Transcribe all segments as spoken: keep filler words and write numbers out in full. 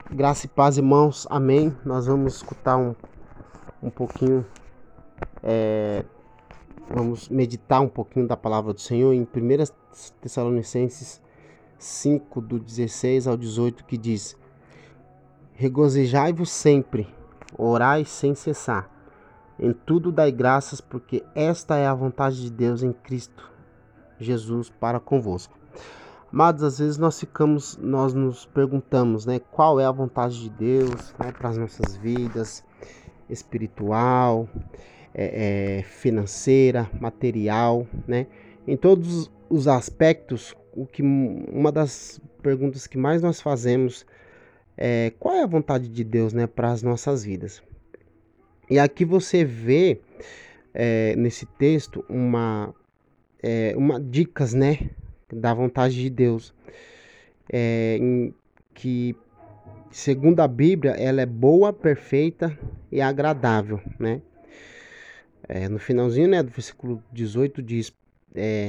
Graça e paz, irmãos. Amém. Nós vamos escutar um, um pouquinho, é, vamos meditar um pouquinho da palavra do Senhor em primeira Tessalonicenses cinco, do dezesseis ao dezoito, que diz: Regozijai-vos sempre, orai sem cessar. Em tudo dai graças, porque esta é a vontade de Deus em Cristo Jesus para convosco. Amados, às vezes nós ficamos, nós nos perguntamos, né, qual é a vontade de Deus, né, para as nossas vidas, espiritual, é, é, financeira, material, né, em todos os aspectos. O que, uma das perguntas que mais nós fazemos é qual é a vontade de Deus, né, para as nossas vidas. E aqui você vê é, nesse texto uma, é, uma dicas, né, da vontade de Deus, é, em, que segundo a Bíblia ela é boa, perfeita e agradável, né? É, no finalzinho, né, do versículo dezoito diz: é,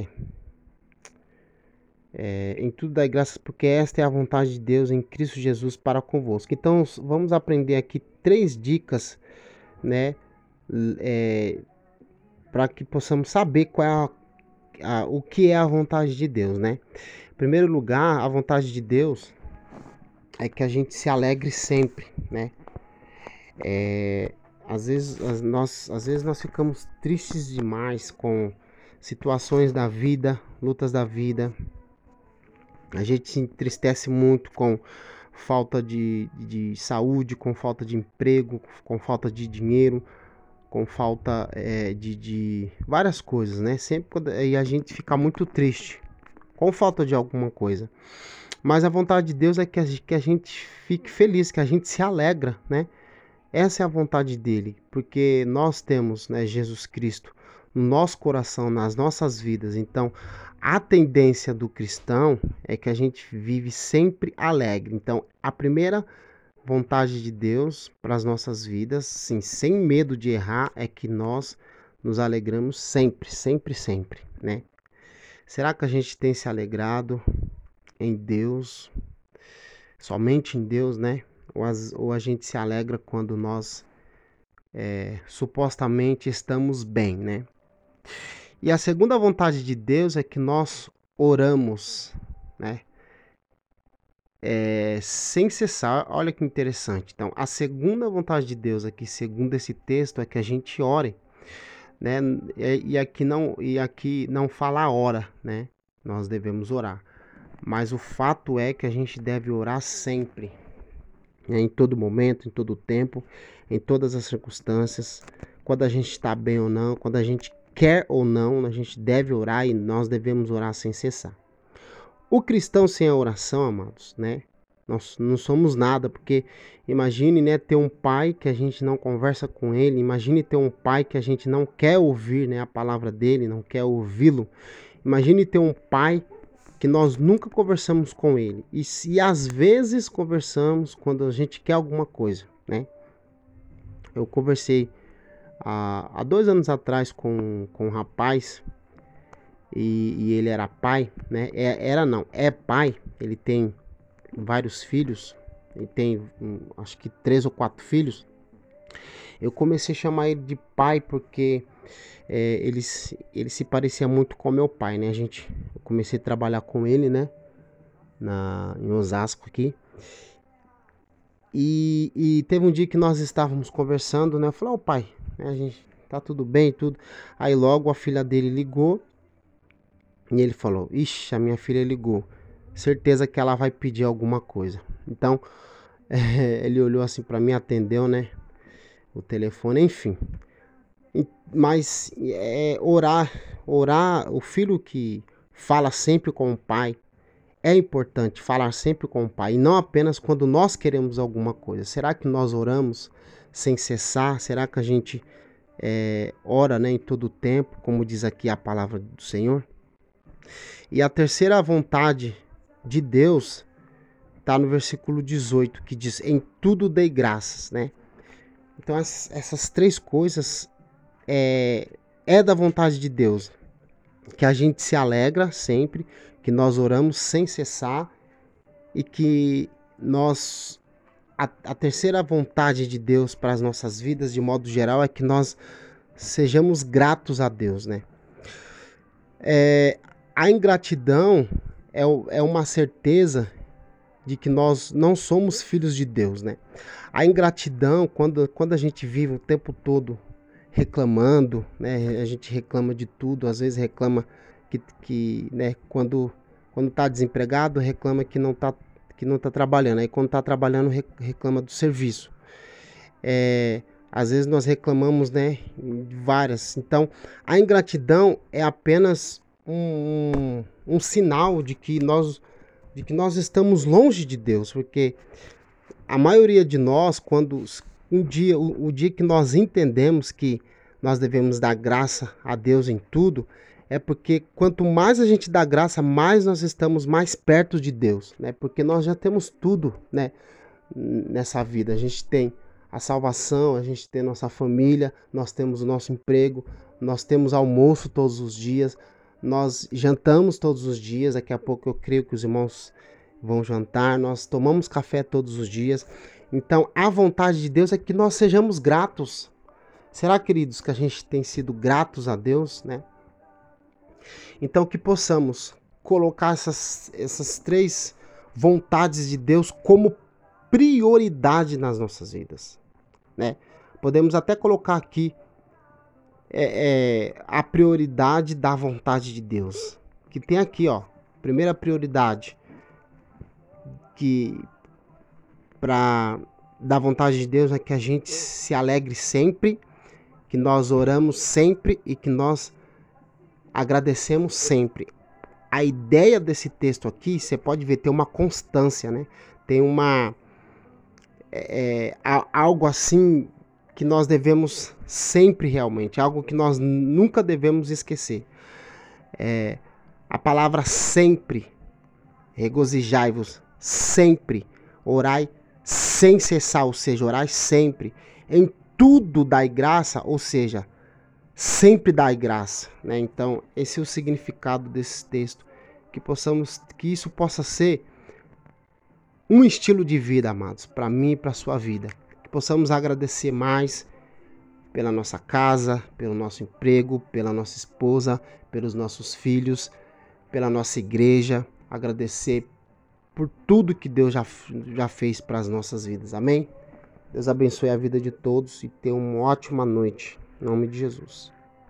é, em tudo dai graças, porque esta é a vontade de Deus em Cristo Jesus para convosco. Então vamos aprender aqui três dicas, né, é, para que possamos saber qual é a, a, o que é a vontade de Deus, né? Em primeiro lugar, a vontade de Deus é que a gente se alegre sempre, né? É, às vezes as- nós, às vezes nós ficamos tristes demais com situações da vida, lutas da vida. A gente se entristece muito com falta de, de saúde, com falta de emprego, com falta de dinheiro, com falta é, de, de várias coisas, né? Sempre quando, e a gente fica muito triste com falta de alguma coisa. Mas a vontade de Deus é que a, que a gente fique feliz, que a gente se alegra, né? Essa é a vontade dele, porque nós temos, né, Jesus Cristo no nosso coração, nas nossas vidas. Então, a tendência do cristão é que a gente vive sempre alegre. Então, a primeira vontade de Deus para as nossas vidas, sim, sem medo de errar, é que nós nos alegramos sempre, sempre, sempre, né? Será que a gente tem se alegrado em Deus, somente em Deus, né? Ou, as, ou a gente se alegra quando nós é, supostamente estamos bem, né? E a segunda vontade de Deus é que nós oramos, né? É, sem cessar. Olha que interessante. Então, a segunda vontade de Deus aqui, segundo esse texto, é que a gente ore, né? E, e aqui não, e aqui não fala a hora, né? Nós devemos orar. Mas o fato é que a gente deve orar sempre, né? Em todo momento, em todo tempo, em todas as circunstâncias, quando a gente está bem ou não, quando a gente quer ou não, a gente deve orar e nós devemos orar sem cessar. O cristão sem a oração, amados, né? Nós não somos nada, porque imagine, né, ter um pai que a gente não conversa com ele, imagine ter um pai que a gente não quer ouvir, né, a palavra dele, não quer ouvi-lo. Imagine ter um pai que nós nunca conversamos com ele. E se às vezes conversamos quando a gente quer alguma coisa, né? Eu conversei há, há dois anos atrás com, com um rapaz e, e ele era pai, né? É, era não, é pai. Ele tem vários filhos. Ele tem, hum, acho que três ou quatro filhos. Eu comecei a chamar ele de pai porque é, ele, se- ele se parecia muito com meu pai, né? A gente, eu comecei a trabalhar com ele, né? Na, em Osasco aqui. E, e teve um dia que nós estávamos conversando, né? Eu falei, ô pai, né, a gente tá tudo bem e tudo. Aí logo a filha dele ligou e ele falou, ixi, a minha filha ligou. Certeza que ela vai pedir alguma coisa. Então, eh, ele olhou assim pra mim, atendeu, né? O telefone, enfim. E- Mas é, orar, orar, o filho que fala sempre com o pai, é importante falar sempre com o Pai, e não apenas quando nós queremos alguma coisa. Será que nós oramos sem cessar? Será que a gente é, ora, né, em todo o tempo, como diz aqui a palavra do Senhor? E a terceira vontade de Deus está no versículo dezoito, que diz: em tudo dei graças, né? Então essas, essas três coisas é, é da vontade de Deus, que a gente se alegra sempre, que nós oramos sem cessar e que nós a, a terceira vontade de Deus para as nossas vidas, de modo geral, é que nós sejamos gratos a Deus, né? É, a ingratidão é, o- é uma certeza de que nós não somos filhos de Deus, né? A ingratidão, quando, quando a gente vive o tempo todo reclamando, né? A gente reclama de tudo, às vezes reclama que, que né? Quando quando tá desempregado, reclama que não tá que não tá trabalhando. Aí quando tá trabalhando, re- reclama do serviço. É, às vezes nós reclamamos, né? De várias. Então, a ingratidão é apenas um, um, um sinal de que nós de que nós estamos longe de Deus, porque a maioria de nós, quando um dia, o, o dia que nós entendemos que nós devemos dar graça a Deus em tudo, é porque quanto mais a gente dá graça, mais nós estamos mais perto de Deus, né? Porque nós já temos tudo, né? Nessa vida, a gente tem a salvação, a gente tem nossa família, nós temos o nosso emprego, nós temos almoço todos os dias, nós jantamos todos os dias. Daqui a pouco eu creio que os irmãos vão jantar, nós tomamos café todos os dias. Então, a vontade de Deus é que nós sejamos gratos. Será, queridos, que a gente tem sido gratos a Deus, né? Então, que possamos colocar essas, essas três vontades de Deus como prioridade nas nossas vidas, né? Podemos até colocar aqui é, é, a prioridade da vontade de Deus, que tem aqui, ó, primeira prioridade, que para da vontade de Deus é que a gente se alegre sempre, que nós oramos sempre e que nós agradecemos sempre. A ideia desse texto aqui, você pode ver, tem uma constância, né? Tem uma é, algo assim que nós devemos sempre realmente, algo que nós nunca devemos esquecer. É, a palavra sempre, regozijai-vos sempre, orai sem cessar, ou seja, orai sempre, em tudo dai graça, ou seja, sempre dai graça, né? Então, esse é o significado desse texto, que possamos, que isso possa ser um estilo de vida, amados, para mim e para a sua vida. Que possamos agradecer mais pela nossa casa, pelo nosso emprego, pela nossa esposa, pelos nossos filhos, pela nossa igreja. Agradecer por tudo que Deus já, já fez para as nossas vidas. Amém? Deus abençoe a vida de todos e tenha uma ótima noite. Em nome de Jesus.